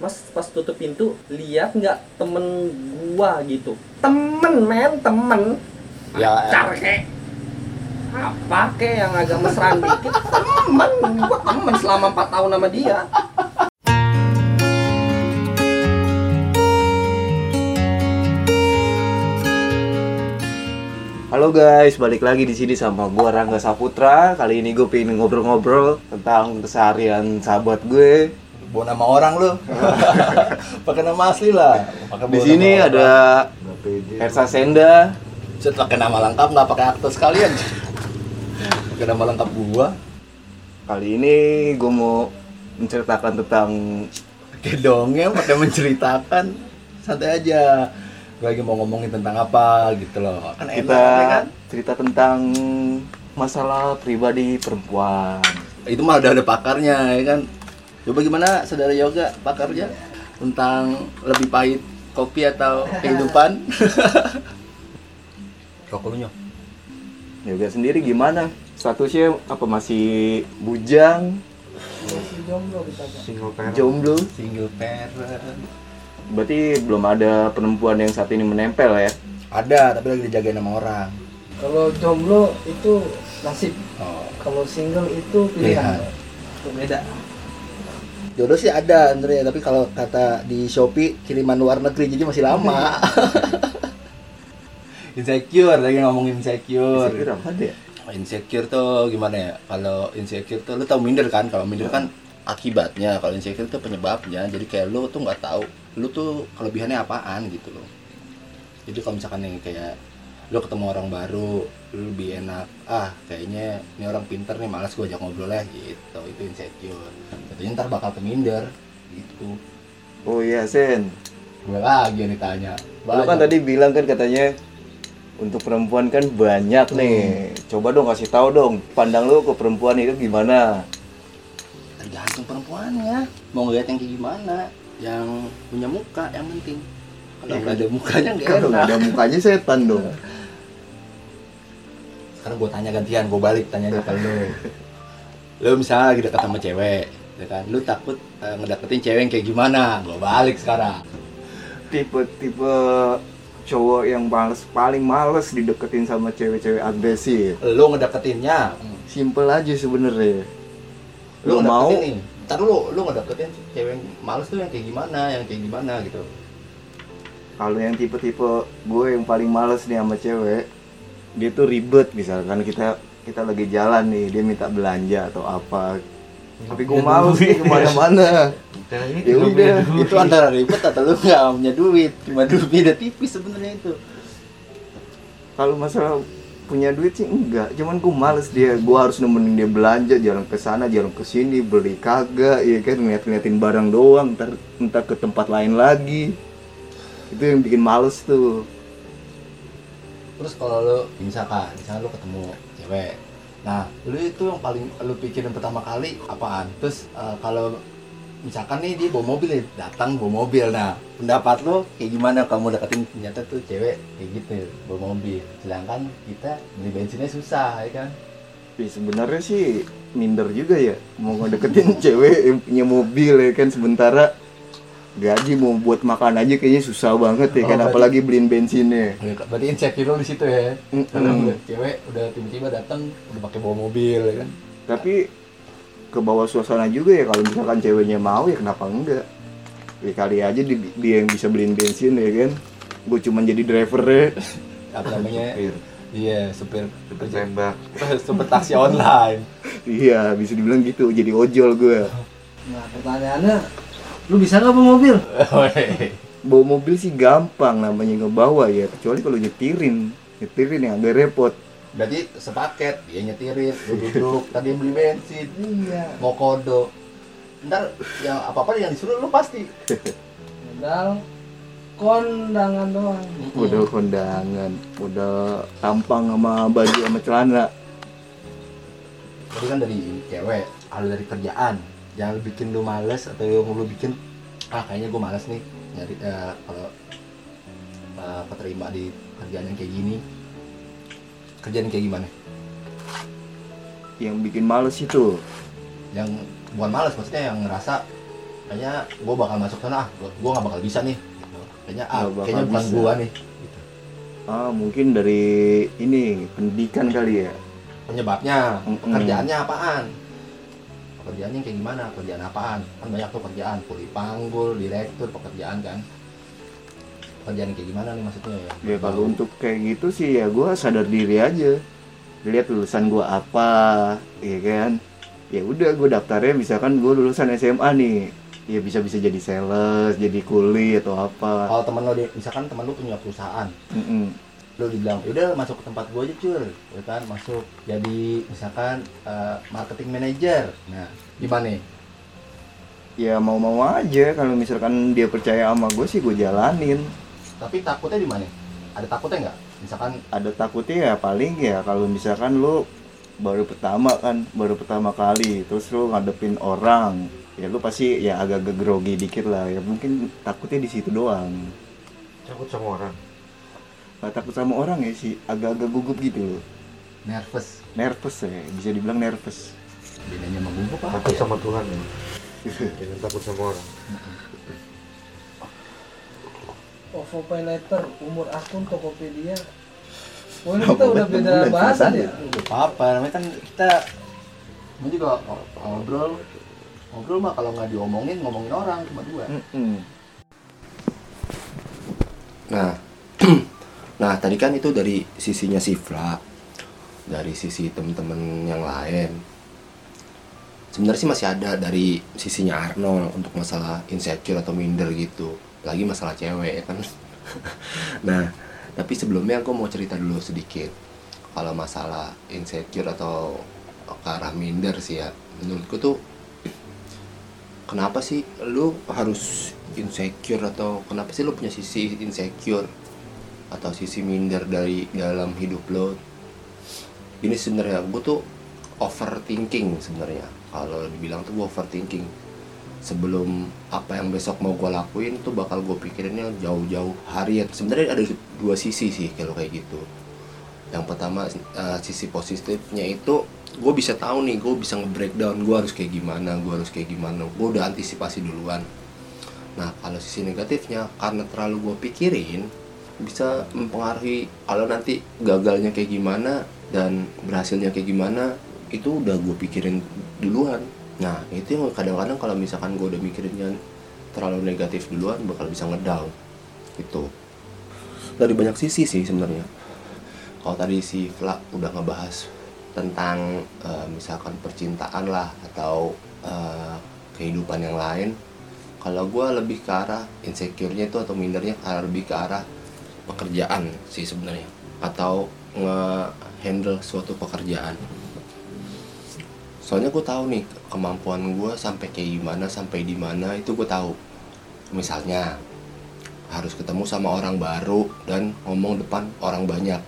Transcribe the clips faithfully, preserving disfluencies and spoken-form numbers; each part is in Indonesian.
Mas pas tutup pintu lihat nggak temen gua gitu, temen men temen Ya, pacar kek apa kek yang agak mesraan dikit, temen gua temen selama empat tahun sama dia. Halo guys, balik lagi di sini sama gua Rangga Saputra. Kali ini gue pengen ngobrol-ngobrol tentang keseharian sahabat gue. bawa nama orang lu. Pakai nama asli lah. Pake Di sini ada Ersa Senda. Set pakai nama lengkap, nggak pakai akte sekalian. Pakai nama lengkap gua. Kali ini gue mau menceritakan tentang Pakai dongeng, pakai menceritakan. Santai aja. Gue lagi mau ngomongin tentang apa gitu loh. Kan enak, kita ya kan? cerita tentang masalah pribadi perempuan. Itu mah udah ada pakarnya ya kan. Coba gimana saudara Yoga pakarnya tentang lebih pahit kopi atau kehidupan? Rokoknya. Yoga sendiri gimana? Statusnya apa, masih bujang? Masih jomblo kita. Single parent. Jomblo. Single parent. Berarti belum ada perempuan yang saat ini menempel ya? Ada, tapi lagi dijagain sama orang. Kalau jomblo itu nasib, Oh. kalau single itu pilihan. Itu beda. Jodoh sih ada Andre, tapi kalau kata di Shopee kiriman luar negeri jadi masih lama. Insecure, lagi ngomongin insecure. Insecure apa deh? Insecure tuh gimana ya? Kalau insecure tuh lu tau minder kan? Kalau minder kan akibatnya, kalau insecure tuh penyebabnya. Jadi kayak lu tuh nggak tahu lu tuh kelebihannya apaan gitu loh. Jadi kalau misalkan nih kayak lu ketemu orang baru, lu lebih enak, ah kayaknya ini orang pinter nih, malas gua ajak ngobrol ya gitu. Itu insecure. Tentunya ntar bakal ke minder gitu. Oh iya Sen, Gue lagi nih tanya. lu kan tadi bilang kan katanya untuk perempuan kan banyak nih. Coba dong kasih tahu dong, pandang lu ke perempuan itu gimana? Tergantung perempuannya. Mau ngeliat yang kayak gimana? Yang punya muka yang penting. Kalau nggak ada mukanya nggak Kalau nggak enak. ada mukanya setan dong. Sekarang gue tanya gantian, gue balik tanyanya ke lu. Lu misalnya lagi deket sama cewek, ya kan? Lu takut uh, ngedeketin cewek yang kayak gimana? Gue balik sekarang. Tipe-tipe cowok yang males, paling males dideketin sama cewek-cewek agresif. Lu ngedeketinnya, Simple aja sebenarnya. lu, Lu mau ngedeketin nih. Ntar lu, lu ngedeketin cewek yang males tuh yang kayak gimana, yang kayak gimana gitu. kalau yang tipe-tipe gue yang paling males nih sama cewek, dia tuh ribet. Misalkan kita kita lagi jalan nih, dia minta belanja atau apa, tapi gue males nih kemana-mana. Ya udah, Itu antara ribet atau lu nggak punya duit, cuma duit beda tipis sebenarnya itu. kalau masalah punya duit sih enggak, cuman gue males dia, gue harus nemenin dia belanja, jalan ke sana, jalan ke sini, beli kagak, ya kan, ngeliat-ngeliatin barang doang, ntar entah ke tempat lain lagi. Itu yang bikin males tuh. Terus kalau lu misalkan, misalkan lu ketemu cewek, nah lu itu yang paling lu pikirin pertama kali apaan? Terus uh, kalau misalkan nih dia bawa mobil nih, datang bawa mobil, nah pendapat lu kayak gimana kamu deketin ternyata tuh cewek kayak gitu bawa mobil, sedangkan kita beli bensinnya susah ya kan? Ya sebenarnya sih minder juga ya, mau ngedeketin cewek yang punya mobil ya kan, sementara gaji mau buat makan aja kayaknya susah banget ya kan, Oh, apalagi beliin bensinnya. Ya, berarti insecure lu di situ ya. Mm-mm. Karena ngeliat cewek udah tiba-tiba datang udah pakai bawa mobil ya kan. Tapi ke bawah suasana juga ya, kalau misalkan ceweknya mau ya kenapa enggak. Ya kali aja di, dia yang bisa beliin bensin ya kan, gue cuma jadi driver ya. Apa namanya? Iya, supir supir tembak. supir taksi online. Iya, bisa dibilang gitu, jadi ojol gue. Nah pertanyaannya, lu bisa nggak bawa mobil? Bawa mobil sih gampang namanya ngebawa ya, kecuali kalau nyetirin. Nyetirin yang agak repot. Berarti sepaket, dia nyetirin, lu duduk, tadi beli bensin, Iya. mau kodo. Ntar yang apa-apa yang disuruh lu pasti. Modal kondangan doang. Udah kondangan, udah tampang sama baju sama celana. Jadi kan dari cewek, kalau dari kerjaan, jangan bikin lu males atau yang lu bikin ah kayaknya gue males nih nyari uh, kalau uh, keterima di kerjaan yang kayak gini. Kerjaan kayak gimana? Yang bikin males itu Yang bukan males, maksudnya yang ngerasa kayaknya gue bakal masuk sana, ah gue nggak bakal bisa nih gitu. Kayaknya ah Nggak bakal kayaknya bukan bisa. gue nih gitu. Ah mungkin dari ini pendidikan kali ya. Penyebabnya Mm-mm. pekerjaannya apaan, pekerjaannya kayak gimana, kerjaan apaan, kan banyak tuh kerjaan, kuli panggul, direktur, pekerjaan kan, pekerjaan kayak gimana nih maksudnya ya. Ya kalau untuk kayak gitu sih ya gue sadar diri aja. Lihat lulusan gue apa, ya kan. Ya udah gue daftarnya misalkan gue lulusan S M A nih. Ya bisa-bisa jadi sales, jadi kuli atau apa. Kalau temen lo, di- misalkan temen lo punya perusahaan, Mm-mm. lo dibilang udah masuk ke tempat gue aja cur, ya kan, masuk jadi misalkan eh, marketing manager, nah gimana nih? Ya mau-mau aja kalau misalkan dia percaya sama gue sih gue jalanin. Tapi takutnya di mana? Ada takutnya nggak? Misalkan Ada takutnya ya paling ya kalau misalkan lu baru pertama kan, baru pertama kali terus lu ngadepin orang, ya lu pasti ya agak-agak grogi dikit lah. Ya mungkin takutnya di situ doang. Takut sama orang. Nggak takut sama orang ya sih, agak-agak gugup gitu loh. nervous, Nervous ya, bisa dibilang nervous. bedanya sama gugup apa Takut ya? sama Tuhan ya. Jangan takut sama orang. OVO Pay Later, umur akun Tokopedia. Oh ini kita udah beda bahasan ya. Gak apa-apa, namanya kan kita ini juga ng- ngobrol ngobrol mah kalau nggak diomongin ngomongin orang cuma dua. Mm-mm. Nah, nah tadi kan itu dari sisinya Sifla, dari sisi temen-temen yang lain. Sebenarnya sih masih ada dari sisinya Arnold untuk masalah insecure atau minder gitu, lagi masalah cewek kan. Nah, tapi sebelumnya aku mau cerita dulu sedikit kalau masalah insecure atau ke arah minder sih ya. Menurutku tuh kenapa sih lu harus insecure, atau kenapa sih lu punya sisi insecure atau sisi minder dari dalam hidup lo? Ini sebenarnya gue tuh overthinking sebenarnya. Kalau dibilang tuh gue overthinking. Sebelum apa yang besok mau gue lakuin tuh bakal gue pikirinnya jauh-jauh hari ya. Sebenarnya ada dua sisi sih kalau kayak gitu. Yang pertama uh, sisi positifnya itu gue bisa tahu nih, gue bisa nge-breakdown gue harus kayak gimana, gue harus kayak gimana, gue udah antisipasi duluan. Nah kalau sisi negatifnya, karena terlalu gue pikirin, bisa mempengaruhi kalau nanti gagalnya kayak gimana dan berhasilnya kayak gimana, itu udah gue pikirin duluan. Nah itu yang kadang-kadang kalau misalkan gue udah mikirinnya terlalu negatif duluan, bakal bisa ngedown gitu. Dari banyak sisi sih sebenarnya. Kalau tadi si Fla udah ngebahas tentang uh, misalkan percintaan lah atau uh, kehidupan yang lain, kalau gue lebih ke arah insecure-nya itu atau mindernya ke arah lebih ke arah pekerjaan sih sebenarnya, atau nge-handle suatu pekerjaan. Soalnya gue tahu nih kemampuan gue sampai kayak gimana, sampai di mana itu gue tahu. Misalnya harus ketemu sama orang baru dan ngomong depan orang banyak.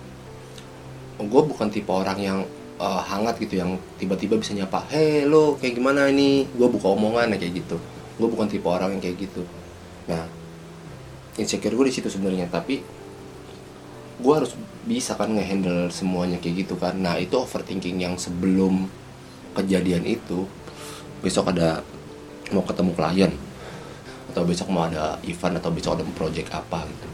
Gue bukan tipe orang yang uh, hangat gitu, yang tiba-tiba bisa nyapa, "Hei lo kayak gimana ini?" Gue buka omongan ya kayak gitu. Gue bukan tipe orang yang kayak gitu. Nah, insecure gue di situ sebenarnya, tapi gue harus bisa kan ngehandle semuanya kayak gitu kan. Nah itu overthinking yang sebelum kejadian itu, besok ada mau ketemu klien, atau besok mau ada event, atau besok ada project apa gitu,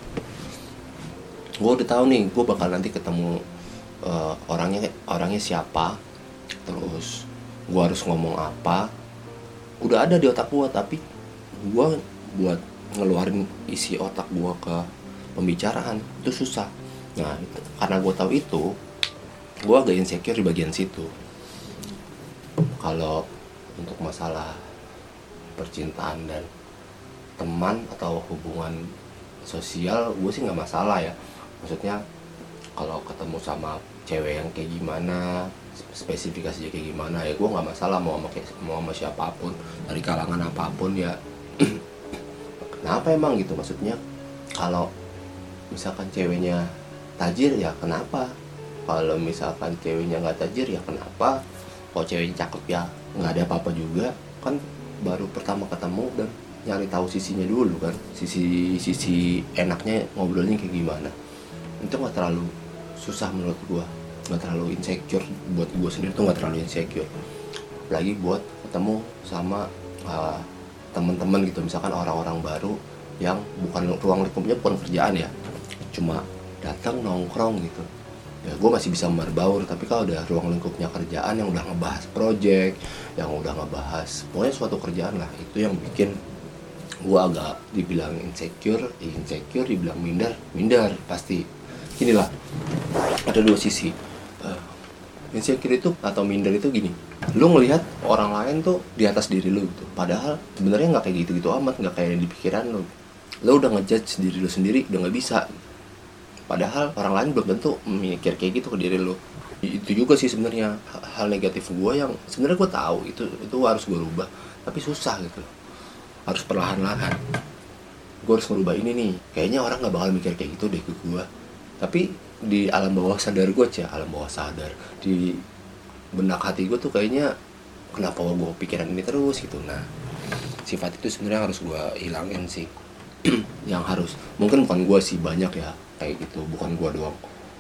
gue udah tahu nih gue bakal nanti ketemu uh, orangnya orangnya siapa, terus gue harus ngomong apa, udah ada di otak gue. Tapi gue buat ngeluarin isi otak gue ke pembicaraan itu susah. Nah itu, karena gue tahu itu, gue agak insecure di bagian situ. Kalau untuk masalah percintaan dan teman atau hubungan sosial, gue sih nggak masalah ya. Maksudnya kalau ketemu sama cewek yang kayak gimana, spesifikasinya kayak gimana, ya gue nggak masalah mau sama mau sama siapapun dari kalangan apapun ya. Kenapa emang gitu, maksudnya kalau misalkan ceweknya tajir ya kenapa, kalau misalkan ceweknya nggak tajir ya kenapa, kalau ceweknya cakep ya nggak ada apa-apa juga kan. Baru pertama ketemu dan nyari tahu sisinya dulu kan, sisi sisi enaknya ngobrolnya kayak gimana. Itu nggak terlalu susah menurut gua, nggak terlalu insecure. Buat gua sendiri tuh nggak terlalu insecure, lagi buat ketemu sama uh, teman-teman gitu, misalkan orang-orang baru yang bukan ruang lingkupnya bukan kerjaan ya, cuma datang nongkrong gitu, ya gue masih bisa berbaur. Tapi kalau udah ruang lingkupnya kerjaan yang udah ngebahas project, yang udah ngebahas pokoknya suatu kerjaan lah, itu yang bikin gue agak dibilang insecure, insecure dibilang minder, minder pasti. Gini lah, ada dua sisi. Uh, insecure itu atau minder itu gini, lu ngelihat orang lain tuh di atas diri lu gitu, padahal sebenarnya nggak kayak gitu-gitu amat, nggak kayak di pikiran lu. Lu udah ngejudge diri lu sendiri, udah nggak bisa. Padahal orang lain belum tentu mikir kayak gitu ke diri lu. Itu juga sih sebenarnya hal negatif gue yang sebenarnya gue tahu itu itu harus gue rubah, tapi susah gitu. Harus perlahan-lahan. Gue harus merubah ini nih. Kayaknya orang nggak bakal mikir kayak gitu deh ke gue. Tapi di alam bawah sadar gue aja, alam bawah sadar di benak hati gue tuh kayaknya kenapa gue pikiran ini terus gitu. Nah, sifat itu sebenarnya harus gue hilangin sih. Yang harus, mungkin bukan gue sih, banyak ya kayak gitu, bukan gue doang.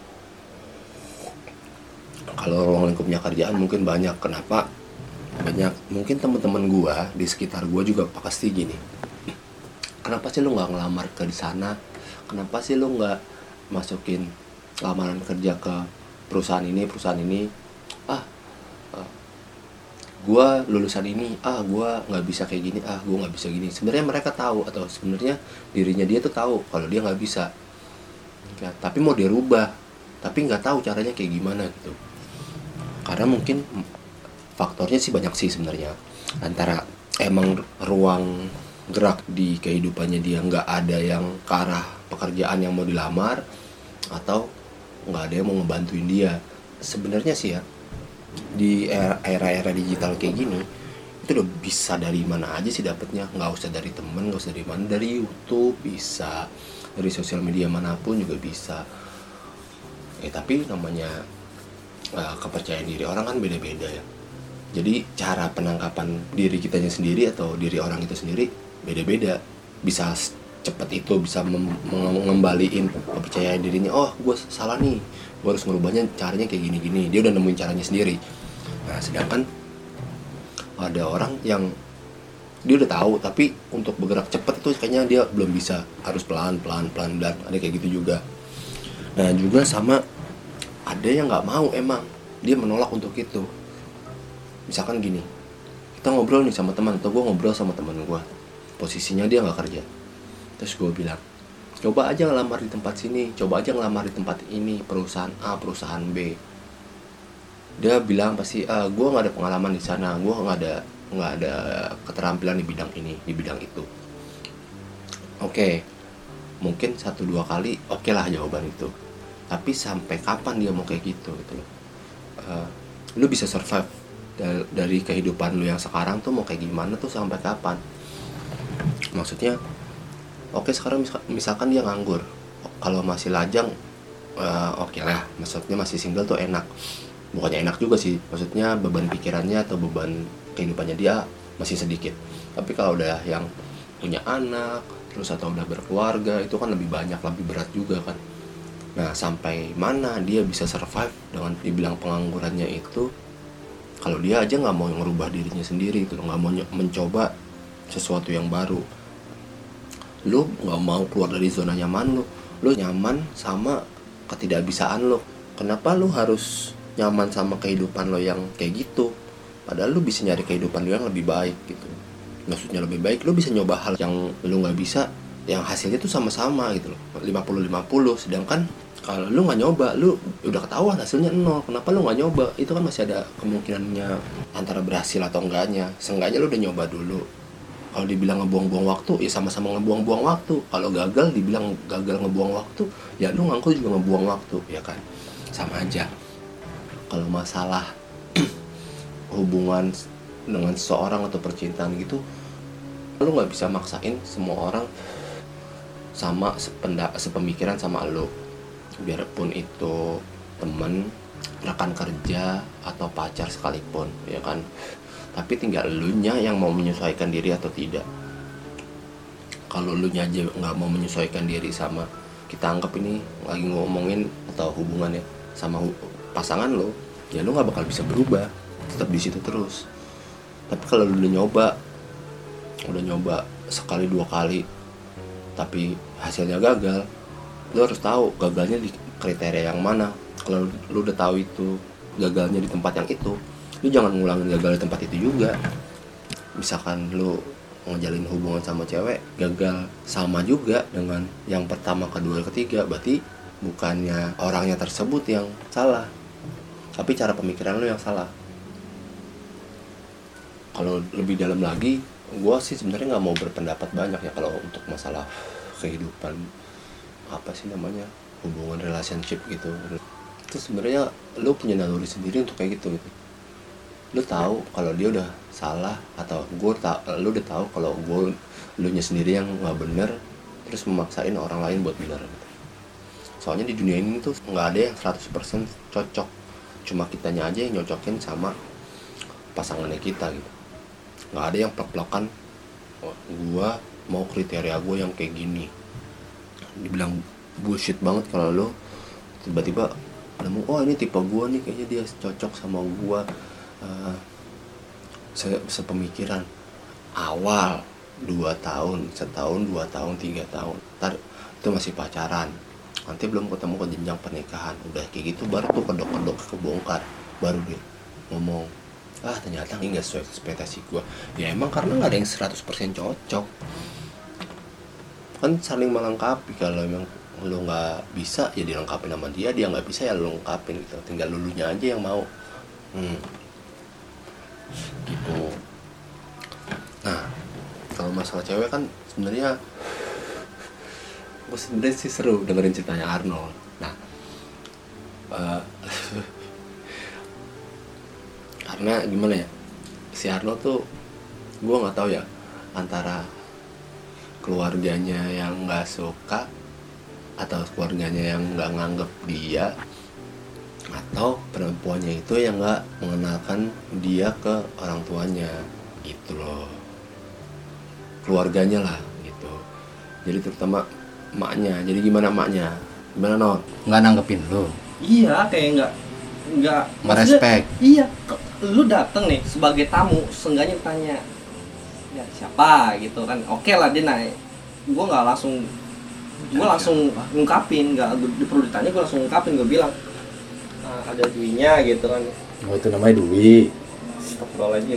Kalau ruang lingkupnya kerjaan mungkin banyak. Kenapa banyak? Mungkin teman-teman gue di sekitar gue juga pasti gini, kenapa sih lu nggak ngelamar ke di sana, kenapa sih lu nggak masukin lamaran kerja ke perusahaan ini perusahaan ini, ah uh, gue lulusan ini, ah gue nggak bisa kayak gini, ah gue nggak bisa gini. Sebenarnya mereka tahu, atau sebenarnya dirinya dia tuh tahu kalau dia nggak bisa ya, tapi mau dia rubah, tapi nggak tahu caranya kayak gimana gitu. Karena mungkin faktornya sih banyak sih sebenarnya, antara emang ruang gerak di kehidupannya dia nggak ada yang ke arah pekerjaan yang mau dilamar, atau nggak ada yang mau ngebantuin dia. Sebenarnya sih ya, di era-era digital kayak gini itu udah bisa dari mana aja sih dapetnya, nggak usah dari temen, nggak usah dari mana, dari YouTube bisa, dari sosial media manapun juga bisa. Eh tapi namanya uh, kepercayaan diri orang kan beda-beda ya. Jadi cara penangkapan diri kitanya sendiri atau diri orang itu sendiri beda-beda. Bisa cepat itu bisa mem- mengembaliin kepercayaan dirinya. Oh, gue salah nih, gue harus merubahnya, caranya kayak gini-gini. Dia udah nemuin caranya sendiri. Nah, sedangkan ada orang yang dia udah tahu, tapi untuk bergerak cepat itu kayaknya dia belum bisa, harus pelan-pelan pelan dan ada kayak gitu juga. Nah, juga sama ada yang nggak mau, emang dia menolak untuk itu. Misalkan gini, kita ngobrol nih sama teman, atau gue ngobrol sama teman gue, posisinya dia nggak kerja. Terus gue bilang, coba aja ngelamar di tempat sini, coba aja ngelamar di tempat ini, perusahaan A, perusahaan B. Dia bilang pasti, ah, gue nggak ada pengalaman di sana, gue nggak ada nggak ada keterampilan di bidang ini, di bidang itu. Oke, mungkin satu dua kali oke okay lah jawaban itu. Tapi sampai kapan dia mau kayak gitu gitu loh? Uh, lu bisa survive dari, dari kehidupan lu yang sekarang tuh mau kayak gimana tuh sampai kapan? Maksudnya, oke okay, sekarang misal, misalkan dia nganggur, kalau masih lajang, uh, oke okay lah. Maksudnya masih single tuh enak. Bukannya enak juga sih, maksudnya beban pikirannya atau beban kehidupannya dia masih sedikit. Tapi kalau udah yang punya anak, terus atau udah berkeluarga, itu kan lebih banyak, lebih berat juga kan. Nah, sampai mana dia bisa survive dengan dibilang penganggurannya itu, kalau dia aja nggak mau ngerubah dirinya sendiri gitu, nggak mau mencoba sesuatu yang baru. Lu nggak mau keluar dari zona nyaman lu, lu nyaman sama ketidakbisaan lu. Kenapa lu harus nyaman sama kehidupan lo yang kayak gitu? Padahal lu bisa nyari kehidupan lu yang lebih baik gitu. Maksudnya lebih baik, lu bisa nyoba hal yang lu nggak bisa, yang hasilnya tuh sama-sama gitu loh, lima puluh lima puluh. Sedangkan kalau lu nggak nyoba, lu udah ketahuan hasilnya nol. Kenapa lu nggak nyoba? Itu kan masih ada kemungkinannya antara berhasil atau enggaknya. Seenggaknya lu udah nyoba dulu. Kalau dibilang ngebuang-buang waktu, ya sama-sama ngebuang-buang waktu. Kalau gagal dibilang gagal ngebuang waktu, ya lu ngaku juga ngebuang waktu, ya kan? Sama aja. Kalau masalah hubungan dengan seseorang atau percintaan gitu, lu nggak bisa maksain semua orang sama sependa, sepemikiran sama lu. Biarpun itu temen, rekan kerja, atau pacar sekalipun, ya kan. Tapi tinggal elunya yang mau menyesuaikan diri atau tidak. Kalau elunya aja nggak mau menyesuaikan diri sama, kita anggap ini lagi ngomongin atau hubungannya sama pasangan lo, ya lo nggak bakal bisa berubah, tetap di situ terus. Tapi kalau lo udah nyoba, udah nyoba sekali dua kali tapi hasilnya gagal, lu harus tahu gagalnya di kriteria yang mana. Kalau lu udah tahu itu gagalnya di tempat yang itu, lu jangan ngulangin gagal di tempat itu juga. Misalkan lu ngejalin hubungan sama cewek gagal sama juga dengan yang pertama, kedua, ketiga, berarti bukannya orangnya tersebut yang salah, tapi cara pemikiran lu yang salah. Kalau lebih dalam lagi, gue sih sebenarnya nggak mau berpendapat banyak ya kalau untuk masalah kehidupan apa sih namanya hubungan relationship gitu. Itu sebenarnya lu punya naluri sendiri untuk kayak gitu gitu. Lu tahu kalau dia udah salah atau gue tak, lu udah tahu kalau gue lu nya sendiri yang nggak bener terus memaksain orang lain buat bener gitu. Soalnya di dunia ini tuh nggak ada yang seratus persen cocok, cuma kitanya aja yang nyocokin sama pasangannya kita gitu. Nggak ada yang plek-plekan, oh, gue mau kriteria gue yang kayak gini. Dibilang bullshit banget kalau lu tiba-tiba nemu, oh ini tipe gue nih, kayaknya dia cocok sama gue, uh, se- sepemikiran. Awal dua tahun, setahun, dua tahun, tiga tahun, ntar itu masih pacaran, nanti belum ketemu ke jenjang pernikahan, udah kayak gitu baru tuh kedok-kedok kebongkar, baru dia ngomong, ah ternyata ini gak sesuai ekspektasi gue. Ya emang karena gak ada yang seratus persen cocok, kan saling melengkapi. Kalau emang lu nggak bisa ya dilengkapi sama dia, dia nggak bisa ya lu lengkapin gitu, tinggal lulunya aja yang mau. hmm. Gitu. Nah kalau masalah cewek kan sebenarnya gue sebenarnya sih seru dengerin ceritanya Arnold. Nah uh, karena gimana ya, si Arnold tuh gue nggak tahu ya antara keluarganya yang nggak suka atau keluarganya yang nggak nganggep dia, atau perempuannya itu yang nggak mengenalkan dia ke orang tuanya gitu loh, keluarganya lah gitu. Jadi terutama emaknya. Jadi gimana emaknya, gimana non Nggak nanggepin lu? Iya, kayak nggak nggak Merespek. Iya, ke- lu dateng nih sebagai tamu, seenggaknya tanya ya siapa gitu kan. Oke lah dia naik, gua nggak langsung gua langsung ngungkapin, nggak gua- perlu ditanya, gua langsung ngungkapin, gua bilang "Ah, ada Dwi-nya gitu kan. Oh itu namanya Dwi. Astagfirullahaladzim.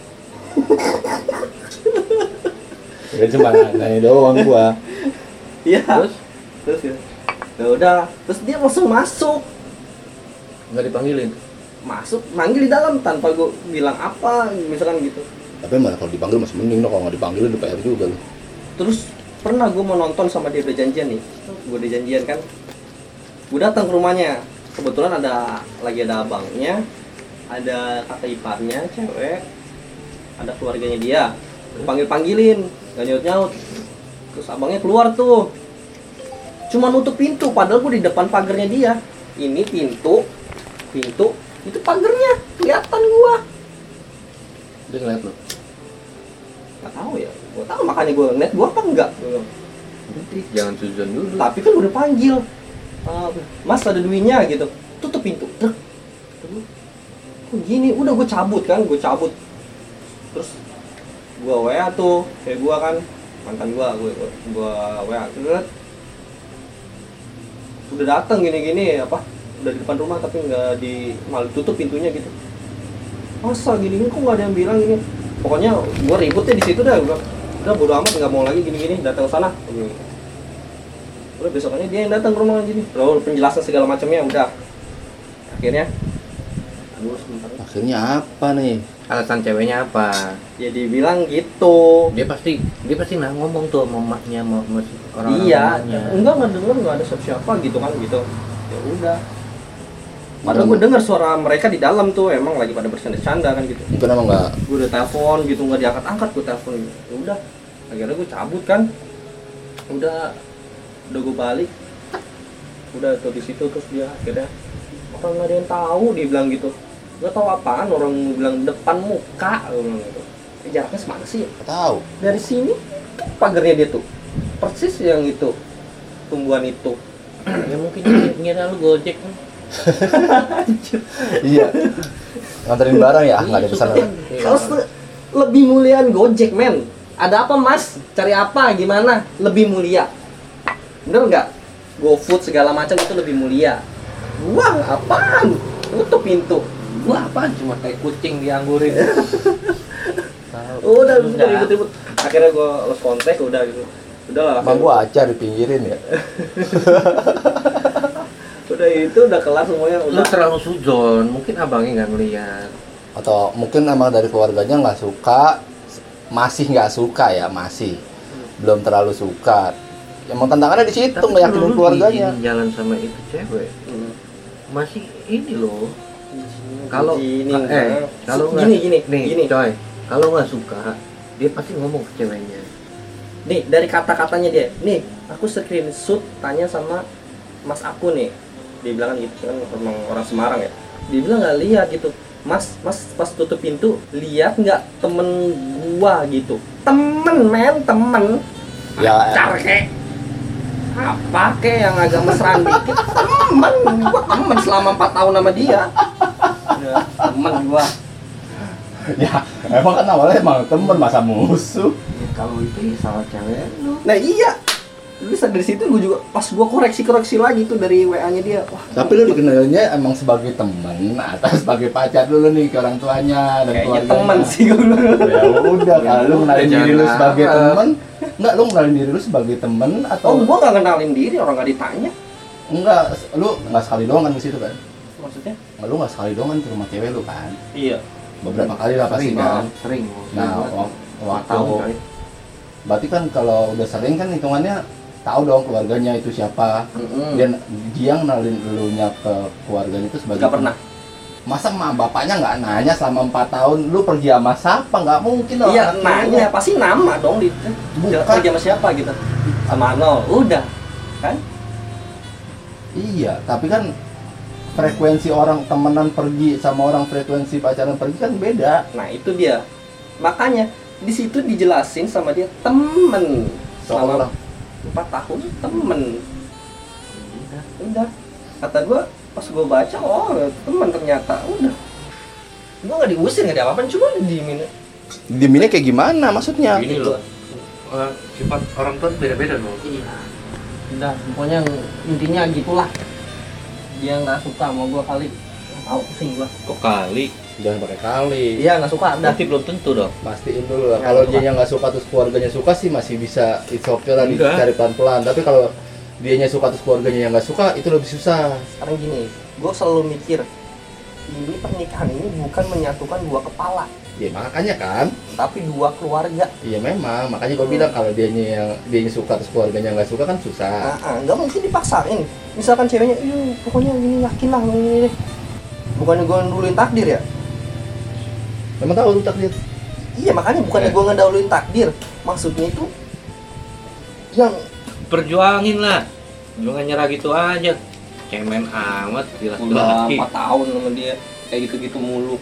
Ya cuma nanya doang gua. Iya. Terus? Terus ya. Ya udah, terus dia langsung masuk. Nggak dipanggilin? Masuk, manggil di dalam tanpa gue bilang apa, misalkan gitu. tapi malah kalau dipanggil masih mending dong, kalau nggak dipanggil udah P R juga lu. Terus pernah gue mau nonton sama dia, udah janjian nih. Gue udah janjian kan. Gue datang ke rumahnya. Kebetulan ada lagi ada abangnya, ada kakak iparnya cewek, ada keluarganya dia. Gue panggil-panggilin, gak nyaut-nyaut. Terus abangnya keluar tuh. Cuma nutup pintu, padahal gue di depan pagarnya dia. Ini pintu, pintu, itu pagarnya, kelihatan gua. Dia ngeliat lu? Gak tahu ya, gua tahu makanya gua ngeliat gua apa enggak. Gua bilang, Nanti jangan suzon dulu. tapi kan udah panggil, "Ah, Mas ada duitnya gitu, tutup pintu. Truk. Kok gini, udah gua cabut kan, gua cabut. Terus gua W A tuh, kayak gua kan mantan gua, gua gua W A. Terus udah datang gini-gini apa? Udah di depan rumah tapi nggak di malah tutup pintunya gitu. Masa gini-gini kok nggak ada yang bilang gini? Pokoknya gua ributnya di situ dah, gua udah bodo amat, nggak mau lagi gini-gini, datang ke sana. Udah besokannya dia yang datang ke rumah gini. Lalu penjelasan segala macamnya udah. Akhirnya aduh sebentar. Akhirnya apa nih? Alasan ceweknya apa? Ya dibilang gitu. Dia pasti dia pasti nah ngomong tuh sama emaknya, sama sama orang Iya, rumahnya. enggak nggak denger, nggak ada siapa-siapa gitu kan gitu. Ya udah. Padahal gue denger suara mereka di dalam tuh emang lagi pada bercanda-canda kan gitu. Mungkin emang nggak. Gue udah telepon gitu nggak diangkat-angkat, gue telepon. Ya udah, akhirnya gue cabut kan. Udah, udah gue balik. Udah tuh di situ terus dia akhirnya orang nggak ada yang tahu, dia bilang gitu. Nggak tahu apaan, orang bilang depan muka, dia bilang gitu. Eh, jaraknya semana sih? Nggak tahu. Dari sini tuh pagarnya dia tuh persis yang itu tumbuhan itu. Ya mungkin dia ngira lu Gojek kan. Iya. Nganterin barang ya, nggak ada pesanan. Kalau se- lebih muliaan Gojek men, Ada apa mas? Cari apa? Gimana? Lebih mulia. Bener nggak? GoFood segala macam itu lebih mulia. Wah, apaan? Tutup pintu. Gua apaan cuma kayak kucing dianggurin. Udah, udah ribut-ribut. Akhirnya gua lost kontak, udah gitu. Udah lah. Emang gua acar dipinggirin ya. Udah itu udah kelar semuanya. Lu Udah. terlalu sujon, mungkin abangnya nggak ngeliat. Atau mungkin emang dari keluarganya nggak suka, masih nggak suka ya, masih belum terlalu suka. Emang tantangannya di situ Tapi nggak yakinin lu keluarganya. diizinin jalan sama itu cewek, Hmm. masih ini loh. Kalau Gini, eh nah. kalau nggak- Gini, gini, nih gini. coy, kalau nggak suka dia pasti ngomong ke ceweknya. Nih, dari kata-katanya dia. Nih, aku screenshot tanya sama mas aku nih. Dia bilang kan gitu kan emang orang Semarang ya. Dia bilang nggak lihat gitu. Mas, mas pas tutup pintu lihat nggak temen gua gitu. Temen men, temen. Ya, Car kek. Apa kek yang agak mesraan dikit? Temen, gua temen selama empat tahun sama dia. Udah, temen gua. ya emang kan awalnya emang temen masa musuh. Ya, kalau itu ya salah cewek lu. Nah iya. Bisa dari situ gua juga pas gua koreksi-koreksi lagi tuh dari W A-nya dia. Wah, Tapi lu dikenalnya emang sebagai temen atau sebagai pacar dulu nih ke orang tuanya dan kayaknya keluarganya. temen sih gua bilang. Ya udah, kalau lu kenalin Jangan diri lu sebagai ngarep. temen, enggak lu kenalin diri lu sebagai temen atau Oh, gua nggak kenalin diri, orang nggak ditanya. enggak, lu enggak sekali doang kan ke situ kan? Maksudnya? Nggak, lu enggak sekali doang kan ke rumah cewek lu kan? Iya. Beberapa kali lah pasti Sering, kan. sering. Nah, Sering. wak- Empat waktu tahun kali. berarti kan kalau udah sering kan hitungannya tahu dong keluarganya itu siapa. Mm-mm. Dan dia ngenalin elunya ke keluarganya itu sebagai Nggak pernah. Masa emak bapaknya nggak nanya selama empat tahun lu pergi sama siapa? Nggak mungkin lah. Iya, nanya pasti nama dong di Bukan. kerja sama siapa gitu. Sama Arnold, udah. Kan? Iya, tapi kan frekuensi orang temenan pergi sama orang frekuensi pacaran pergi kan beda. Nah, itu dia. Makanya di situ dijelasin sama dia temen selama Seolah empat tahun temen. Udah, udah. Kata gua pas gua baca, oh temen ternyata. Udah. Gua nggak diusir, nggak apa-apa, cuma diemin. diminnya kayak gimana maksudnya? Gini loh. eh, sifat orang tua beda-beda loh. Iya. Udah, pokoknya intinya gitulah. Dia nggak suka sama gua kali. Tahu pusing gua. Kok kali? Jangan pakai kali. Iya, nggak suka. Udah. Berarti belum tentu dong. Pastiin dulu lah. Ya, Kalau suka. dia nggak suka terus keluarganya suka sih masih bisa it's okay lah Enggak. dicari pelan-pelan. Tapi kalau dianya suka terus keluarganya yang nggak suka itu lebih susah. Sekarang gini, gue selalu mikir ini pernikahan ini bukan menyatukan dua kepala, Ya makanya kan. tapi dua keluarga. Iya memang. Makanya gue bilang kalau dianya yang dianya suka terus keluarganya nggak suka kan susah. Nah, nggak mungkin dipaksain. Misalkan ceweknya, iya pokoknya ini yakin lah ini, ini. Bukannya gue ngeduluin takdir ya? Memang tahu lu takdir. Iya makanya bukannya Eh. gue ngeduluin takdir. Maksudnya itu yang Perjuangin lah. Jangan nyerah gitu aja. Cemen amat jelas udah lagi. empat tahun sama dia kayak gitu-gitu mulu.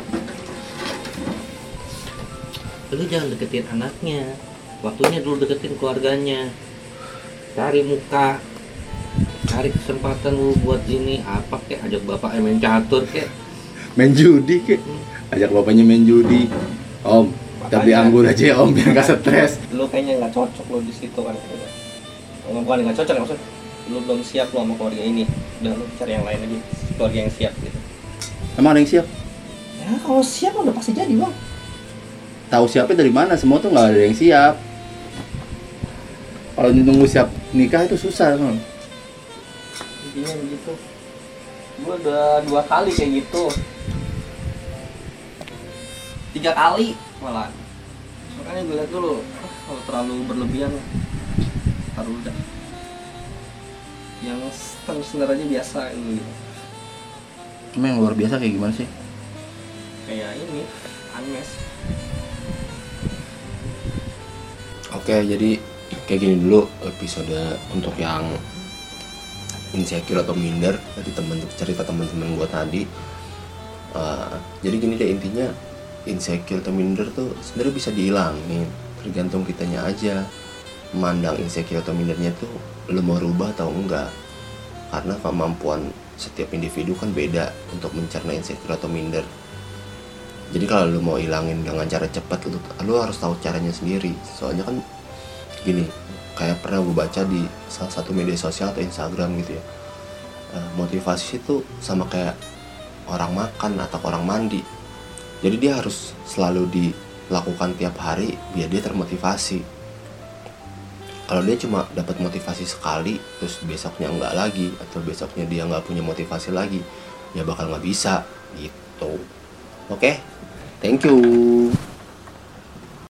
Lu jangan deketin anaknya. Waktunya dulu deketin keluarganya. Cari muka. Cari kesempatan lu buat ini apa kek, ajak bapak main catur kek. Main judi kek. Ajak bapaknya main judi. Om, kita beli anggur aja ya om biar nggak stres. Lu kayaknya nggak cocok lo di situ kan. Bukan nggak cocok ya, maksud lu belum siap lo sama keluarga ini. Udah lu cari yang lain lagi, keluarga yang siap gitu. Emang ada yang siap? Ya kalau siap udah pasti jadi bang. Tahu siapnya dari mana? Semua tuh nggak ada yang siap. Kalau nunggu siap nikah itu susah emang. Intinya begitu. Gua udah dua kali kayak gitu. Tiga kali malah. Makanya gue lihat dulu, ah, kalau terlalu berlebihan, taruh udah. Yang standar aja biasa gitu. Emang yang luar biasa kayak gimana sih? Kayak ini, Anmes. Oke, jadi kayak gini dulu episode untuk yang insecure atau minder dari temen cerita teman-teman gue tadi. Uh, jadi gini deh intinya, insecure atau minder tuh sebenarnya bisa dihilangin, tergantung kitanya aja memandang insecure atau mindernya tuh lo mau rubah atau enggak. Karena kemampuan setiap individu kan beda untuk mencerna insecure atau minder. Jadi kalau lu mau ilangin dengan cara cepat, lu, lu harus tahu caranya sendiri. Soalnya kan gini, kayak pernah gue baca di salah satu media sosial atau Instagram gitu ya, uh, motivasi itu sama kayak orang makan atau orang mandi. Jadi dia harus selalu dilakukan tiap hari biar dia termotivasi. Kalau dia cuma dapat motivasi sekali terus besoknya enggak lagi, atau besoknya dia nggak punya motivasi lagi, ya bakal nggak bisa gitu. Oke, okay? Thank you.